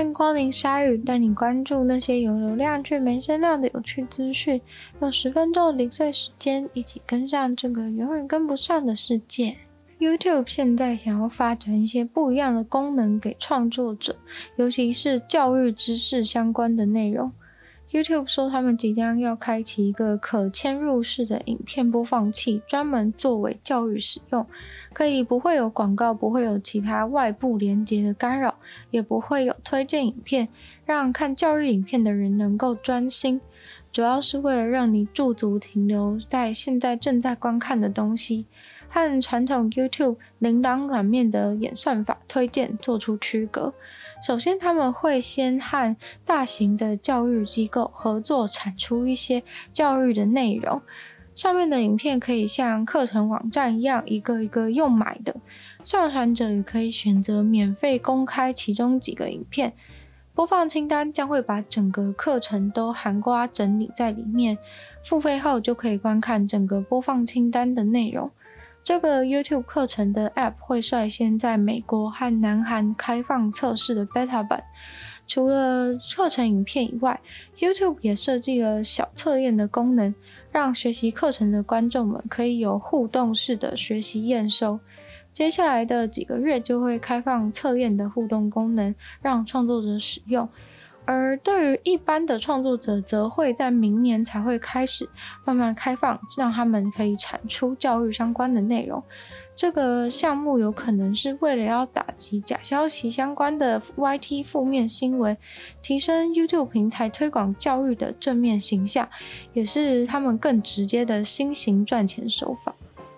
欢迎光临鲨鱼，带你关注那些有流量却没声量的有趣资讯，用10分钟的零碎时间，一起跟上这个永远跟不上的世界。YouTube 现在想要发展一些不一样的功能给创作者，尤其是教育知识相关的内容。YouTube 说他们即将要开启一个可嵌入式的影片播放器，专门作为教育使用，可以不会有广告，不会有其他外部连结的干扰，也不会有推荐影片，让看教育影片的人能够专心，主要是为了让你驻足停留在现在正在观看的东西，和传统 YouTube 琳琅软面的演算法推荐做出区隔。首先，他们会先和大型的教育机构合作，产出一些教育的内容。上面的影片可以像课程网站一样，一个一个用买的，上传者也可以选择免费公开其中几个影片。播放清单将会把整个课程都涵盖整理在里面，付费后就可以观看整个播放清单的内容。这个 YouTube 课程的 App 会率先在美国和南韩开放测试的 Beta 版。除了课程影片以外， YouTube 也设计了小测验的功能，让学习课程的观众们可以有互动式的学习验收。接下来的几个月就会开放测验的互动功能，让创作者使用。而对于一般的创作者，则会在明年才会开始慢慢开放，让他们可以产出教育相关的内容。这个项目有可能是为了要打击假消息相关的 YT 负面新闻，提升 YouTube 平台推广教育的正面形象，也是他们更直接的新型赚钱手法。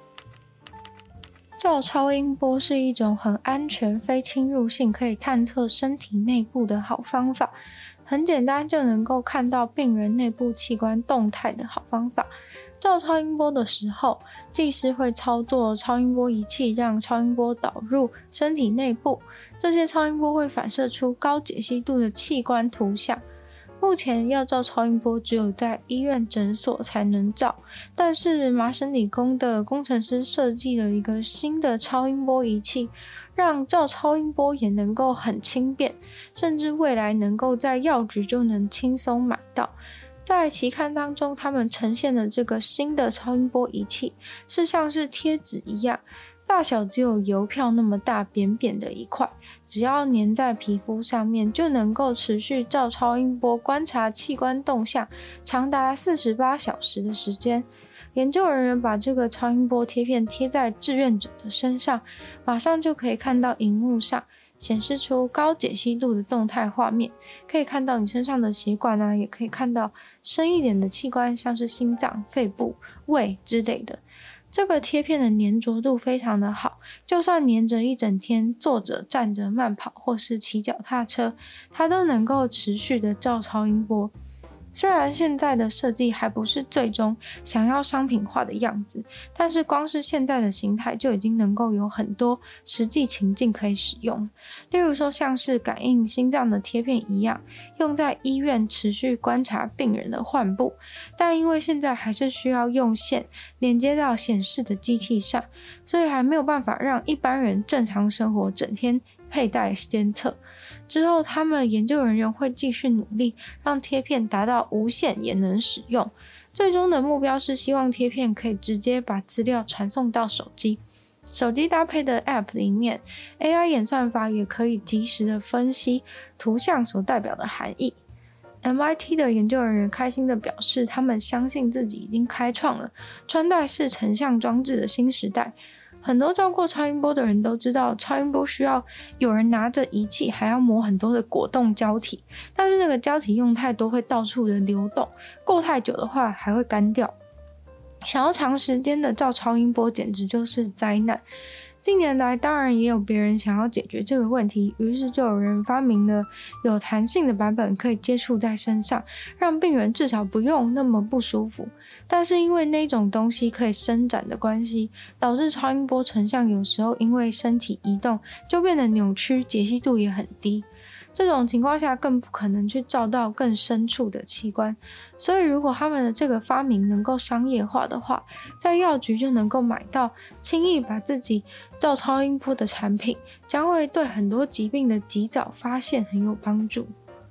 照超音波是一种很安全、非侵入性，可以探测身体内部的好方法。很简单就能够看到病人内部器官动态的好方法。照超音波的时候，技师会操作超音波仪器，让超音波导入身体内部。这些超音波会反射出高解析度的器官图像。目前要照超音波只有在医院诊所才能照，但是麻省理工的工程师设计了一个新的超音波仪器，让照超音波也能够很轻便，甚至未来能够在药局就能轻松买到。在期刊当中，他们呈现的这个新的超音波仪器是像是贴纸一样，大小只有邮票那么大，扁扁的一块，只要粘在皮肤上面，就能够持续照超音波观察器官动向，长达48小时的时间。研究人员把这个超音波贴片贴在志愿者的身上，马上就可以看到荧幕上显示出高解析度的动态画面，可以看到你身上的血管啊，也可以看到深一点的器官，像是心脏、肺部、胃之类的。这个贴片的粘着度非常的好，就算粘着一整天，坐着、站着、慢跑或是骑脚踏车，它都能够持续的照超音波。虽然现在的设计还不是最终想要商品化的样子，但是光是现在的形态就已经能够有很多实际情境可以使用。例如说像是感应心脏的贴片一样，用在医院持续观察病人的患部，但因为现在还是需要用线连接到显示的机器上，所以还没有办法让一般人正常生活整天佩戴监测。之后他们研究人员会继续努力，让贴片达到无线也能使用。最终的目标是希望贴片可以直接把资料传送到手机。手机搭配的 App 里面， AI 演算法也可以及时的分析图像所代表的含义。MIT 的研究人员开心地表示，他们相信自己已经开创了穿戴式成像装置的新时代。很多照过超音波的人都知道，超音波需要有人拿着仪器，还要磨很多的果冻胶体，但是那个胶体用太多会到处的流动，过太久的话还会干掉。想要长时间的照超音波简直就是灾难。近年来当然也有别人想要解决这个问题，于是就有人发明了有弹性的版本，可以接触在身上，让病人至少不用那么不舒服。但是因为那种东西可以伸展的关系，导致超音波成像有时候因为身体移动就变得扭曲，解析度也很低。 这种情况下更不可能去照到更深处的器官，所以如果他们的这个发明能够商业化的话，在药局就能够买到轻易把自己照超音波的产品，将会对很多疾病的及早发现很有帮助。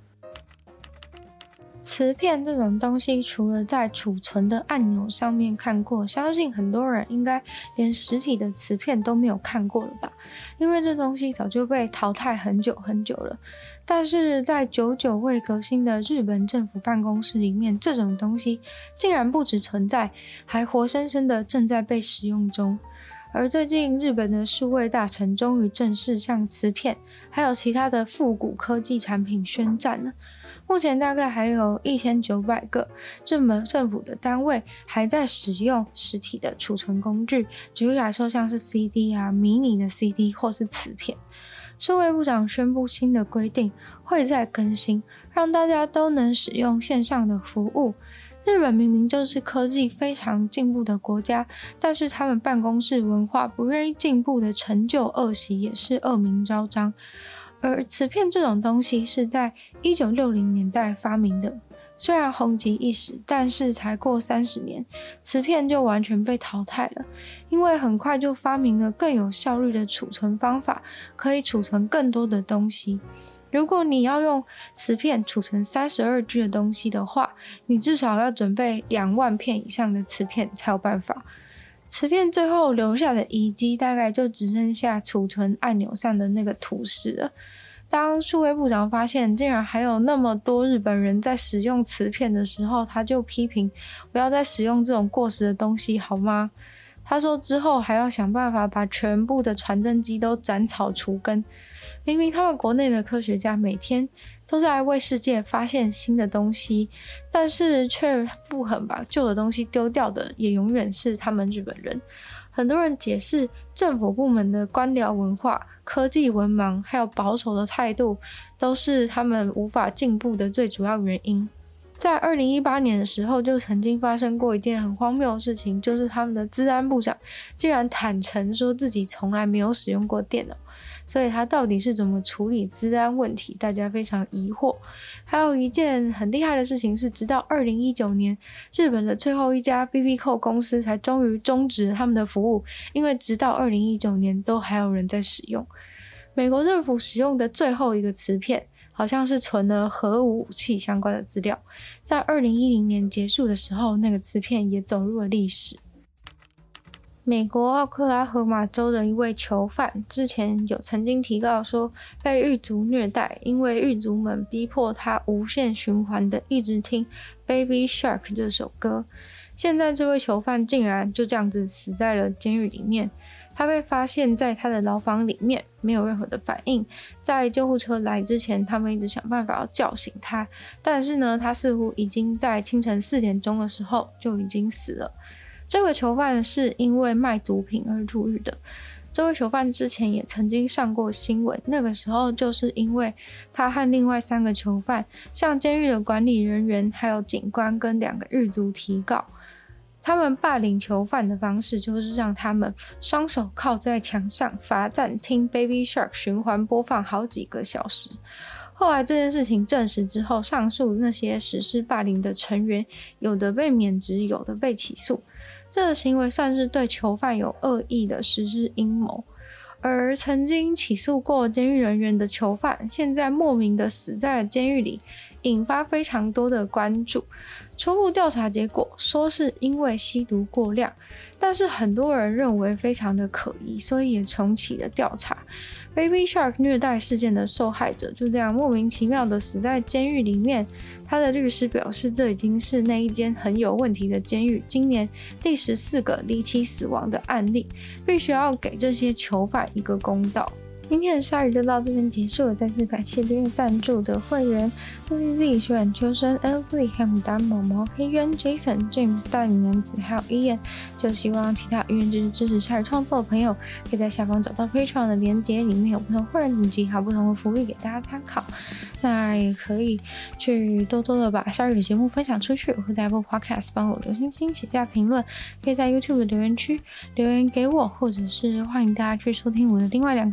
磁片这种东西除了在储存的按钮上面看过，相信很多人应该连实体的磁片都没有看过了吧，因为这东西早就被淘汰很久很久了。但是在久久未革新的日本政府办公室里面，这种东西竟然不只存在，还活生生的正在被使用中。而最近日本的数位大臣终于正式向磁片还有其他的复古科技产品宣战了。目前大概还有1900个政府的单位还在使用实体的储存工具，举例来说像是 CD 啊、迷你的 CD 或是磁片。数位部长宣布新的规定会再更新，让大家都能使用线上的服务。日本明明就是科技非常进步的国家，但是他们办公室文化不愿意进步的陈旧恶习也是恶名昭彰。而磁片这种东西是在1960年代发明的，虽然红极一时，但是才过30年，磁片就完全被淘汰了，因为很快就发明了更有效率的储存方法，可以储存更多的东西。如果你要用磁片储存32G 的东西的话，你至少要准备2万片以上的磁片才有办法。磁片最后留下的遗迹大概就只剩下储存按钮上的那个图示了。当数位部长发现竟然还有那么多日本人在使用磁片的时候，他就批评不要再使用这种过时的东西好吗？他说之后还要想办法把全部的传真机都斩草除根。明明他们国内的科学家每天都在为世界发现新的东西，但是却不肯把旧的东西丢掉的也永远是他们日本人。很多人解释政府部门的官僚文化、科技文盲还有保守的态度都是他们无法进步的最主要原因。在2018年的时候就曾经发生过一件很荒谬的事情，就是他们的资安部长竟然坦诚说自己从来没有使用过电脑，所以他到底是怎么处理资安问题，大家非常疑惑。还有一件很厉害的事情是，直到2019年，日本的最后一家 BBQ 公司才终于终止了他们的服务，因为直到2019年都还有人在使用。美国政府使用的最后一个磁片好像是存了核武器相关的资料，在2010年结束的时候，那个磁片也走入了历史。美国奥克拉荷马州的一位囚犯之前有曾经提到说被狱卒虐待，因为狱卒们逼迫他无限循环的一直听 Baby Shark 这首歌。现在这位囚犯竟然就这样子死在了监狱里面，他被发现在他的牢房里面，没有任何的反应。在救护车来之前，他们一直想办法要叫醒他，但是呢，他似乎已经在清晨4点钟的时候就已经死了。这个囚犯是因为卖毒品而入狱的。这位囚犯之前也曾经上过新闻，那个时候就是因为他和另外3个囚犯向监狱的管理人员还有警官跟2个狱卒提告。他们霸凌囚犯的方式就是让他们双手靠在墙上，罚站听 Baby Shark 循环播放好几个小时。后来这件事情证实之后，上述那些实施霸凌的成员有的被免职，有的被起诉。这个行为算是对囚犯有恶意的实施阴谋。而曾经起诉过监狱人员的囚犯，现在莫名的死在了监狱里，引发非常多的关注。初步调查结果说是因为吸毒过量，但是很多人认为非常的可疑，所以也重启了调查。Baby Shark 虐待事件的受害者就这样莫名其妙的死在监狱里面。他的律师表示，这已经是那一间很有问题的监狱今年第14个离奇死亡的案例，必须要给这些囚犯一个公道。今天的鲨鱼就到这边结束了，再次感谢订阅赞助的会员 ZZ 学软秋生 Elfly Ham 毛毛黑渊 Jason James 大龄男子还有 Ian。就希望其他愿意支持鲨鱼创作的朋友可以在下方找到 Patreon 的连结，里面有不同会员等级还有不同的福利给大家参考。那也可以去多多的把鲨鱼的节目分享出去，或在 Apple Podcast 帮我留星星写下评论，可以在 YouTube 的留言区留言给我，或者是欢迎大家去收听我的另外2个 Podcast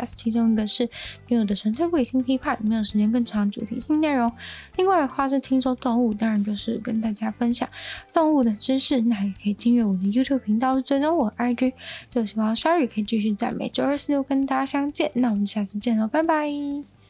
podcast， 其中一个是女友的纯粹不理性批判，没有时间更长主题性内容。另外的话是听说动物，当然就是跟大家分享动物的知识，那也可以订阅我的 YouTube 频道，追踪我 IG。就希望鲨鱼可以继续在每周2、4、6跟大家相见，那我们下次见了，拜拜。